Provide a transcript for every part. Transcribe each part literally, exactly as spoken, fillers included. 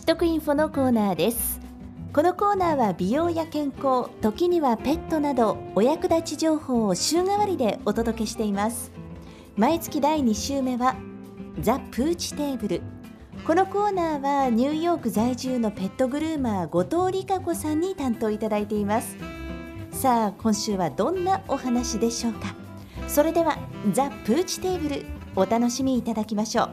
知得インフォのコーナーです。このコーナーは美容や健康、時にはペットなどお役立ち情報を週替わりでお届けしています。毎月だいに週目はザ・プーチテーブル。このコーナーはニューヨーク在住のペットグルーマー後藤理香子さんに担当いただいています。さあ今週はどんなお話でしょうか。それではザ・プーチテーブルお楽しみいただきましょう。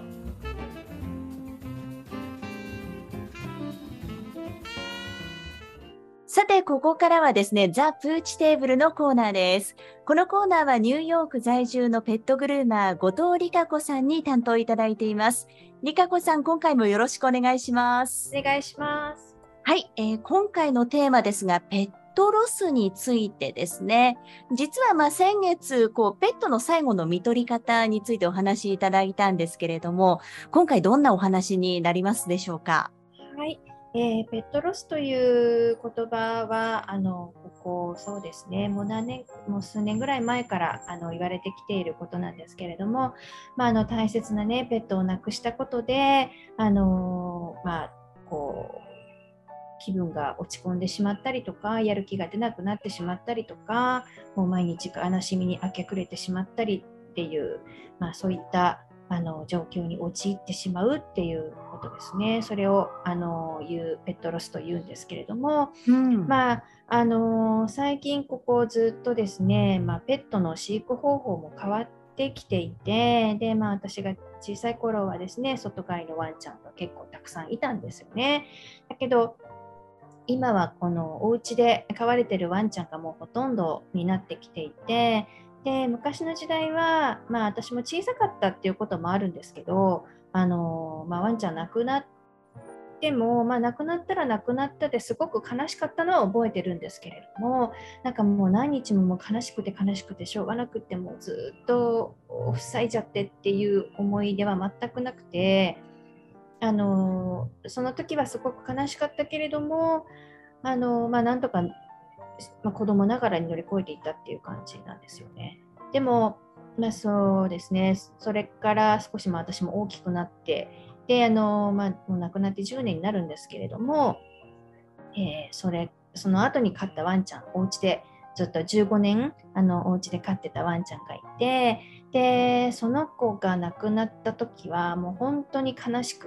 さてここからはですね、ザ・プーチテーブルのコーナーです。このコーナーはニューヨーク在住のペットグルーマー後藤理香子さんに担当いただいています。理香子さん、今回もよろしくお願いします。 お願いします。 はい、えー、今回のテーマですが、ペットロスについてですね。実はまあ先月こうペットの最後の見取り方についてお話しいただいたんですけれども、今回どんなお話になりますでしょうか。 はい、えー、ペットロスという言葉はあのここそうですね、もう何年もう数年ぐらい前からあの言われてきていることなんですけれども、まあ、あの大切なねペットを亡くしたことであのまあこう気分が落ち込んでしまったりとか、やる気が出なくなってしまったりとか、もう毎日悲しみに明け暮れてしまったりっていう、まあ、そういったあの状況に陥ってしまうっていうことですね。それをあの言うペットロスというんですけれども、 うん、 まああの最近ここずっとですね、まあ、ペットの飼育方法も変わってきていて、で、まあ、私が小さい頃はですね、外飼いのワンちゃんが結構たくさんいたんですよね。だけど今はこのお家で飼われてるワンちゃんがもうほとんどになってきていて、で昔の時代は、まあ、私も小さかったっていうこともあるんですけど、あの、まあ、ワンちゃん亡くなっても、まあ、亡くなったら亡くなったですごく悲しかったのは覚えてるんですけれども、なんかもう何日ももう悲しくて悲しくてしょうがなくて、もうずっと塞いじゃってっていう思い出は全くなくて、あのその時はすごく悲しかったけれども、あのまあ、なんとか、まあ、子供ながらに乗り越えていったっていう感じなんですよね。でも、まあ、そうですね、それから少しまあ私も大きくなって、であの、まあ、もう亡くなってじゅうねんになるんですけれども、えー、それその後に飼ったワンちゃん、お家でずっとじゅうごねんあのお家で飼ってたワンちゃんがいて、でその子が亡くなった時はもう本当に悲しくって、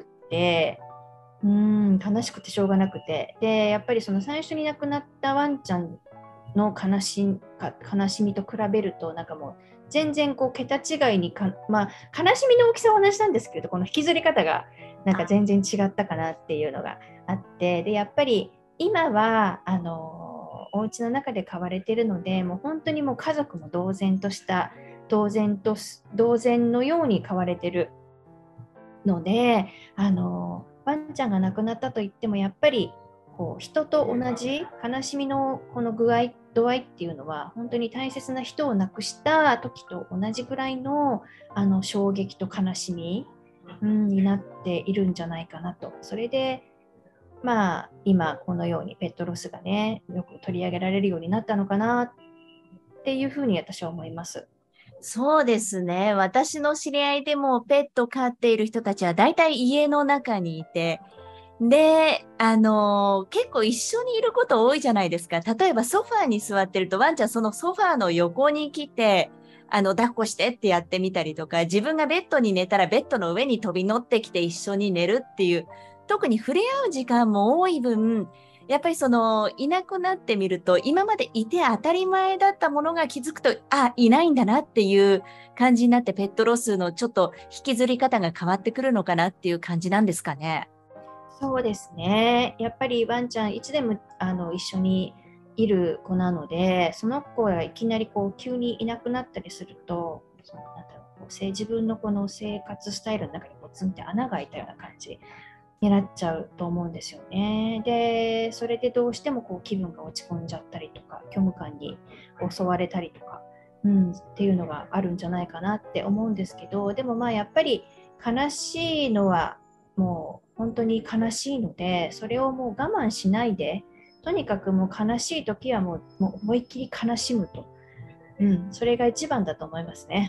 うーん悲しくてしょうがなくて、でやっぱりその最初に亡くなったワンちゃんの悲しか悲しみと比べると、なんかもう全然こう桁違いにか、まあ、悲しみの大きさは同じなんですけど、この引きずり方がなんか全然違ったかなっていうのがあって、でやっぱり今はあのお家の中で飼われているので、もう本当にもう家族も同然とした同然と同然のように飼われているので、あのワンちゃんが亡くなったといってもやっぱりこう人と同じ悲しみのこの具合度合いっていうのは本当に大切な人を亡くした時と同じぐらいの、あの衝撃と悲しみ、うん、になっているんじゃないかなと。それでまあ今このようにペットロスがねよく取り上げられるようになったのかなっていうふうに私は思います。 そうですね。私の知り合いでもペット飼っている人たちは大体家の中にいて、で、あのー結構一緒にいること多いじゃないですか。例えばソファーに座ってるとワンちゃんそのソファーの横に来て、あの、抱っこしてってやってみたりとか、自分がベッドに寝たらベッドの上に飛び乗ってきて一緒に寝るっていう、特に触れ合う時間も多い分、やっぱりその、いなくなってみると、今までいて当たり前だったものが気づくと、あ、いないんだなっていう感じになって、ペットロスのちょっと引きずり方が変わってくるのかなっていう感じなんですかね。 そうですね。やっぱりワンちゃんいつでもあの一緒にいる子なので、その子がいきなりこう急にいなくなったりすると、そのなんだろう、こうせ自分のこの生活スタイルの中にこうツンって穴が開いたような感じになっちゃうと思うんですよね。で、それでどうしてもこう気分が落ち込んじゃったりとか、虚無感に襲われたりとか、うん、っていうのがあるんじゃないかなって思うんですけど、でもまあやっぱり悲しいのはもう本当に悲しいので、それをもう我慢しないで、とにかくもう悲しい時はもう、もう思いっきり悲しむと、うん、それが一番だと思いますね。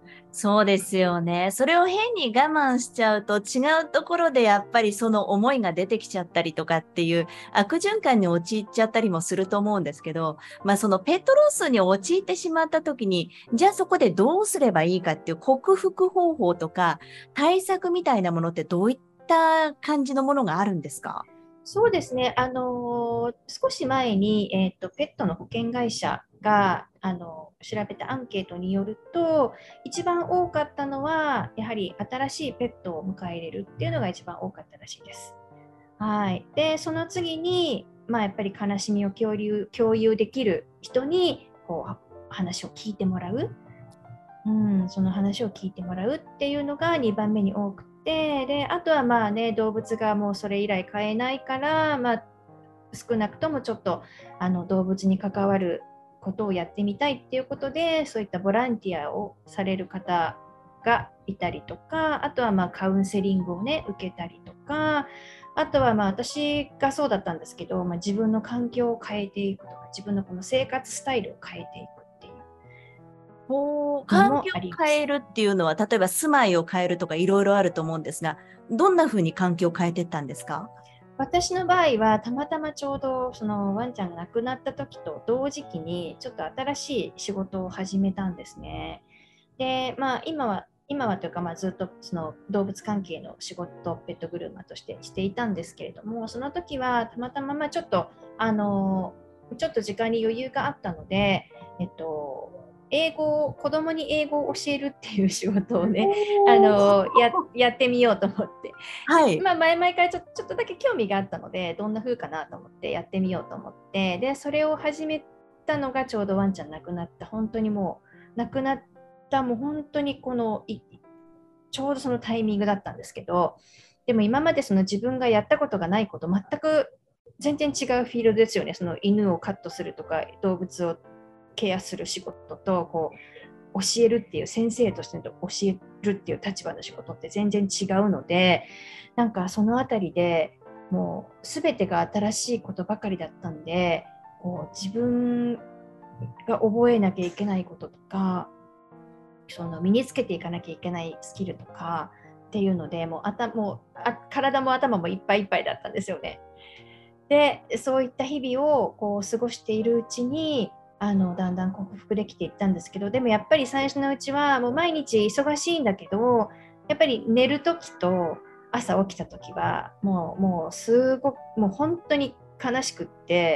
そうですよね。それを変に我慢しちゃうと違うところでやっぱりその思いが出てきちゃったりとかっていう悪循環に陥っちゃったりもすると思うんですけど、まあそのペットロスに陥ってしまった時に、じゃあそこでどうすればいいかっていう克服方法とか対策みたいなものってどういった感じのものがあるんですか？ そうですね、あのー少し前に、えーと、ペットの保険会社が、あの調べたアンケートによると、一番多かったのは、やはり新しいペットを迎え入れるっていうのが一番多かったらしいです。はい、でその次に、まあ、やっぱり悲しみを共有共有できる人にこう話を聞いてもらう、うん、その話を聞いてもらうっていうのがにばんめに多くて、であとはまあね、動物がもうそれ以来飼えないから、まあ、少なくともちょっとあの動物に関わることをやってみたいっていうことで、そういったボランティアをされる方がいたりとか、あとはまあカウンセリングをね受けたりとか、あとはまあ私がそうだったんですけど、まあ、自分の環境を変えていくとか、自分のこの生活スタイルを変えていくっていうこうのも環境をあります。 変えるっていうのは、例えば住まいを変えるとかいろいろあると思うんですが、どんなふうに環境を変えていったんですか？ 私の場合はたまたまちょうどそのワンちゃんが亡くなった時と同時期にちょっと新しい仕事を始めたんですね。で、まあ、今は今はというか、まあ、ずっとその動物関係の仕事をペットグルーマーとしてしていたんですけれども、その時はたまたままあちょっとあのちょっと時間に余裕があったので、えっと、英語を子供に英語を教えるっていう仕事をね、あおー。 のややってみようと思って、で、 はい。 まあ、前々からちょちょっとだけ興味があったので、どんな風かなと思ってやってみようと思って、でそれを始めたのがちょうどワンちゃん亡くなった、本当にもう亡くなったもう本当にこのちょうどそのタイミングだったんですけど、でも今までその自分がやったことがないこと、全く全然違うフィールドですよね。その犬をカットするとか動物をケアする仕事と、こう教えるっていう、先生として教えるっていう立場の仕事って全然違うので、なんかそのあたりでもう全てが新しいことばかりだったんで、こう自分が覚えなきゃいけないこととか、その身につけていかなきゃいけないスキルとかっていうので、もうあたもうあ体も頭もいっぱいいっぱいだったんですよね。でそういった日々をこう過ごしているうちに、あのだんだん克服できていったんですけど、でもやっぱり最初のうちはもう毎日忙しいんだけど、やっぱり寝る時と朝起きた時はもうもうすごくもう本当に悲しくって、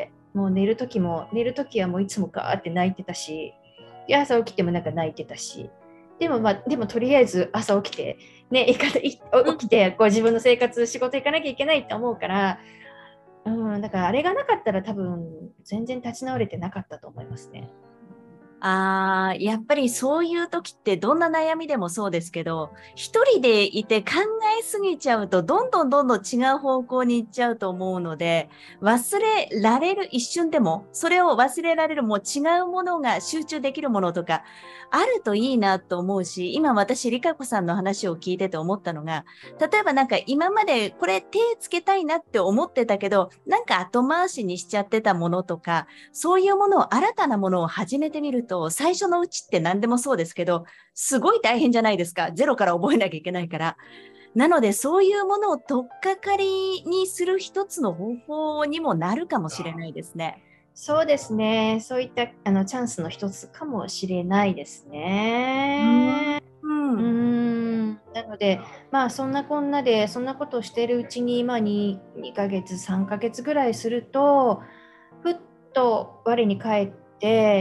もう寝る時も寝る時はもういつもガーって泣いてたし、で朝起きてもなんか泣いてたし、でもまあでもとりあえず朝起きてね、いかいうん。 起きてこう自分の生活仕事行かなきゃいけないって思うから、うん、だからあれがなかったら多分全然立ち直れてなかったと思いますね。 ああ、やっぱりそういう時ってどんな悩みでもそうですけど、一人でいて考えすぎちゃうと、どんどんどんどん違う方向に行っちゃうと思うので、忘れられる一瞬でも、それを忘れられるもう違うものが集中できるものとか、あるといいなと思うし、今私、リカ子さんの話を聞いてて思ったのが、例えばなんか今までこれ手つけたいなって思ってたけど、なんか後回しにしちゃってたものとか、そういうものを新たなものを始めてみると、最初のうちって何でもそうですけど、すごい大変じゃないですか。ゼロから覚えなきゃいけないから。なので、そういうものを取っかかりにする一つの方法にもなるかもしれないですね。 そうですね。そういったあのチャンスの一つかもしれないですうん。 ね。うーうん。 ん。なので、まあそんなこんなで、そんなことをしているうちに、まあに、にかげつ、さんかげつぐらいすると、ふっと我に返って、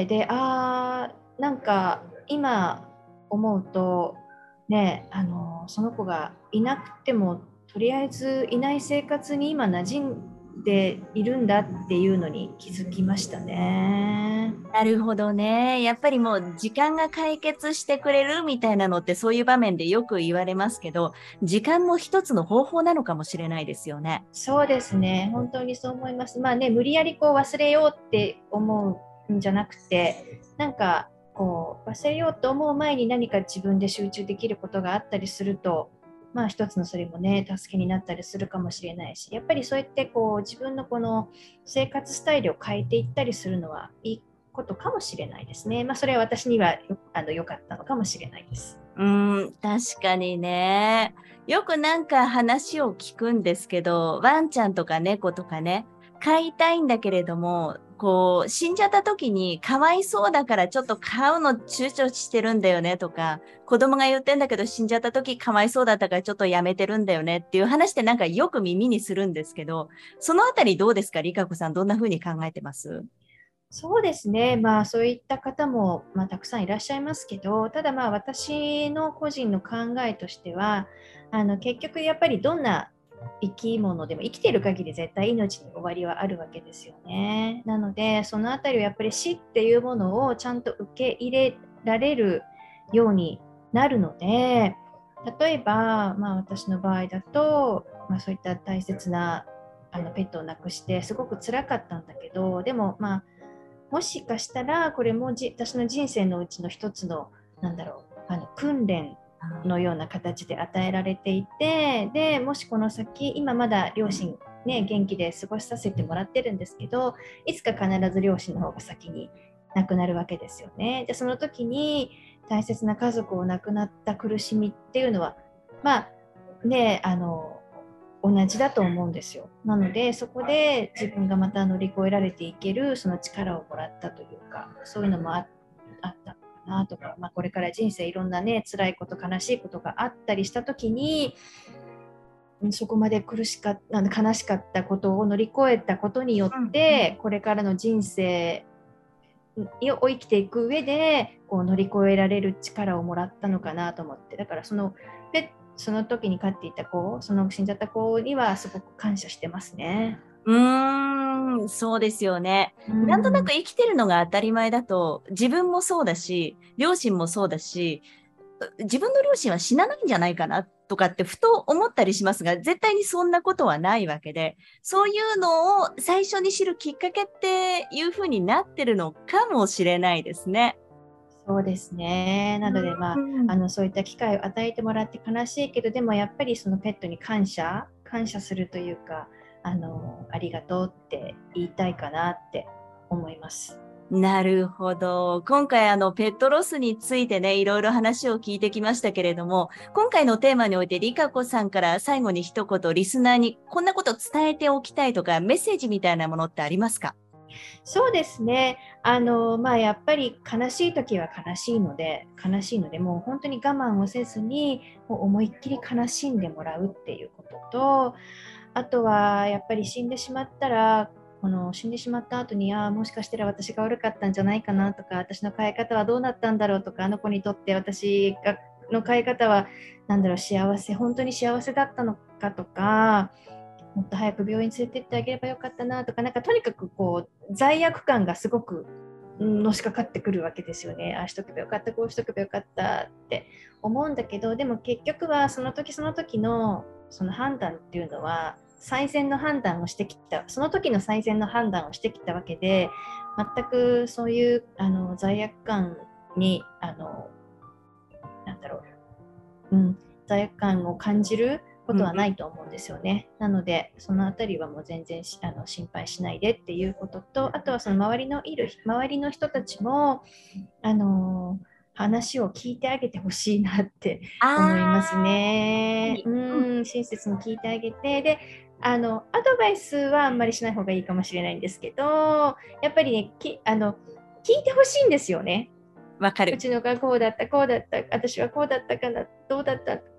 で、あー、なんか今思うと、ね、あの、その子がいなくても、とりあえずいない生活に今馴染んでいるんだっていうのに気づきましたね。 なるほどね。やっぱりもう時間が解決してくれるみたいなのってそういう場面でよく言われますけど、時間も一つの方法なのかもしれないですよね。 そうですね、本当にそう思います。まあね、無理やりこう忘れようって思うんじゃなくて、なんかこう忘れようと思う前に何か自分で集中できることがあったりすると、まあ一つのそれもね、助けになったりするかもしれないし、やっぱりそうやってこう自分のこの生活スタイルを変えていったりするのはいいことかもしれないですね。まあそれは私にはよあの良かったのかもしれないです。 うん、確かにね。よくなんか話を聞くんですけど、ワンちゃんとか猫とかね、飼いたいんだけれども、こう、死んじゃった時にかわいそうだからちょっと飼うの躊躇してるんだよねとか、子供が言ってんだけど死んじゃった時かわいそうだったからちょっとやめてるんだよねっていう話ってなんかよく耳にするんですけど、そのあたりどうですか、リカ子さん、どんな風に考えてます？ そうですね、まあ、そういった方も、まあ、たくさんいらっしゃいますけど、ただ、まあ、私の個人の考えとしては、あの結局、やっぱりどんな生き物でも生きている限り絶対命に終わりはあるわけですよね。なので、そのあたりはやっぱり死っていうものをちゃんと受け入れられるようになるので、例えば、まあ、私の場合だと、まあ、そういった大切なあのペットを亡くしてすごく辛かったんだけど、でも、まあ、もしかしたらこれもじ私の人生のうちの一つの、なんだろう、あの訓練のような形で与えられていて、でもしこの先、今まだ両親、ね、元気で過ごしさせてもらってるんですけど、いつか必ず両親の方が先に亡くなるわけですよね。でその時に大切な家族を亡くなった苦しみっていうのは、まあね、あの同じだと思うんですよ。なので、そこで自分がまた乗り越えられていけるその力をもらったというか、そういうのもああったのかなとか、まあ、これから人生いろんなね、辛いこと、悲しいことがあったりしたときに、そこまで苦しかった悲しかったことを乗り越えたことによって、これからの人生を生きていく上でこう乗り越えられる力をもらったのかなと思って、だからそのペその時に飼っていた子、その死んじゃった子にはすごく感謝してますね。 うーん、そうですよね。 うなんとなくん、 生きてるのが当たり前だと、自分もそうだし、両親もそうだし、自分の両親は死なないんじゃないかなとかってふと思ったりしますが、絶対にそんなことはないわけで、そういうのを最初に知るきっかけっていうふうになってるのかもしれないですね。 そうですね。なので、まあ、 うん、 あのそういった機会を与えてもらって悲しいけど、でもやっぱりそのペットに感謝、感謝するというか、あのありがとうって言いたいかなって思います。 なるほど。今回あのペットロスについてね、いろいろ話を聞いてきましたけれども、今回のテーマにおいてリカ子さんから最後に一言リスナーにこんなこと伝えておきたいとかメッセージみたいなものってありますか？ そうですね。あの、まあ、やっぱり悲しい時は悲しいので、悲しいので、もう本当に我慢をせずに、もう思いっきり悲しんでもらうっていうことと、あとはやっぱり死んでしまったら、この死んでしまった後に、ああ、もしかしたら私が悪かったんじゃないかなとか、私の変え方はどうなったんだろうとか、あの子にとって私がの変え方は、なんだろう、幸せ、本当に幸せだったのかとか、もっと早く病院連れてってあげればよかったなとか、なんかとにかくこう罪悪感がすごくのしかかってくるわけですよね。ああしとけばよかった、こうしとけばよかったって思うんだけど、でも結局はその時その時のその判断っていうのは最善の判断をしてきた、その時の最善の判断をしてきたわけで、全くそういうあの罪悪感にあのなんだろう、うん、罪悪感を感じることはないと思うんですよね。なので、そのあたりはもう全然あの心配しないでっていうことと、あとはその周りのいる周りの人たちも、あの話を聞いてあげてほしいなって思いますあー、 ね。 うん、 うん、親切に聞いてあげて、で、あのアドバイスはあんまりしない方がいいかもしれないんですけど、やっぱりね、きあの聞いてほしいんですよね。 わかる。 うちのがこうだった、こうだった、私はこうだったかな、どうだったって、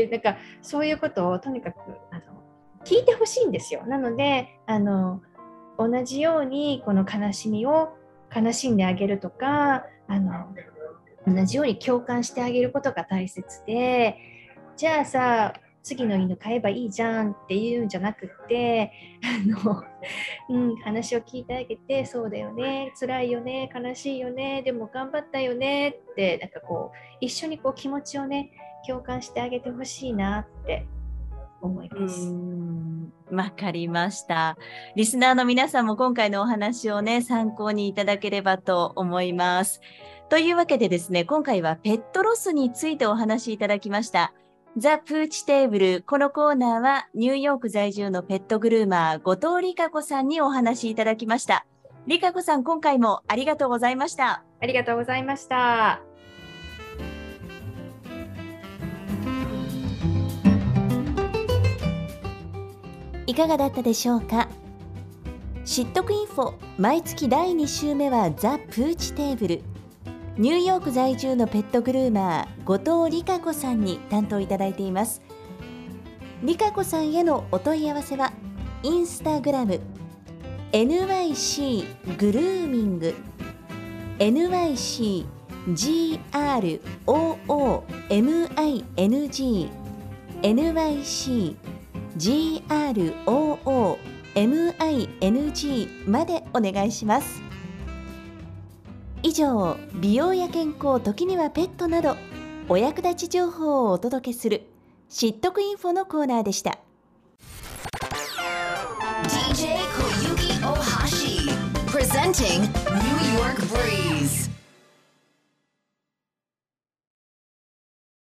なんかそういうことをとにかくあの聞いてほしいんですよ。なのであの、同じようにこの悲しみを悲しんであげるとか、あの同じように共感してあげることが大切で、じゃあさ、次の犬飼えばいいじゃんっていうんじゃなくて、あのうん、話を聞いてあげて、そうだよね、辛いよね、悲しいよね、でも頑張ったよねって、なんかこう、一緒にこう気持ちをね、共感してあげてほしいなって思いうーます。 ん、わかりました。リスナーの皆さんも今回のお話をね、参考にいただければと思います。というわけでですね、今回はペットロスについてお話しいただきました。ザ・プーチテーブル。このコーナーはニューヨーク在住のペットグルーマー、後藤理香子さんにお話しいただきました。理香子さん、今回もありがとうございました。 ありがとうございました。 かがだったでしょうか。知っとくインフォ毎月だいに週目はザ・プーチテーブル。ニューヨーク在住のペットグルーマー後藤理香子さんに担当いただいています。理香子さんへのお問い合わせはインスタグラム エヌワイシー グルーミング エヌワイシー ジーアールオーオーエムアイエヌジー エヌワイシー ジーアールオーオーエムアイエヌジー までお願いします。以上、美容や健康、時にはペットなどお役立ち情報をお届けする知っとくインフォのコーナーでした。 ディージェー Koyuki Ohashi Presenting New York Breeze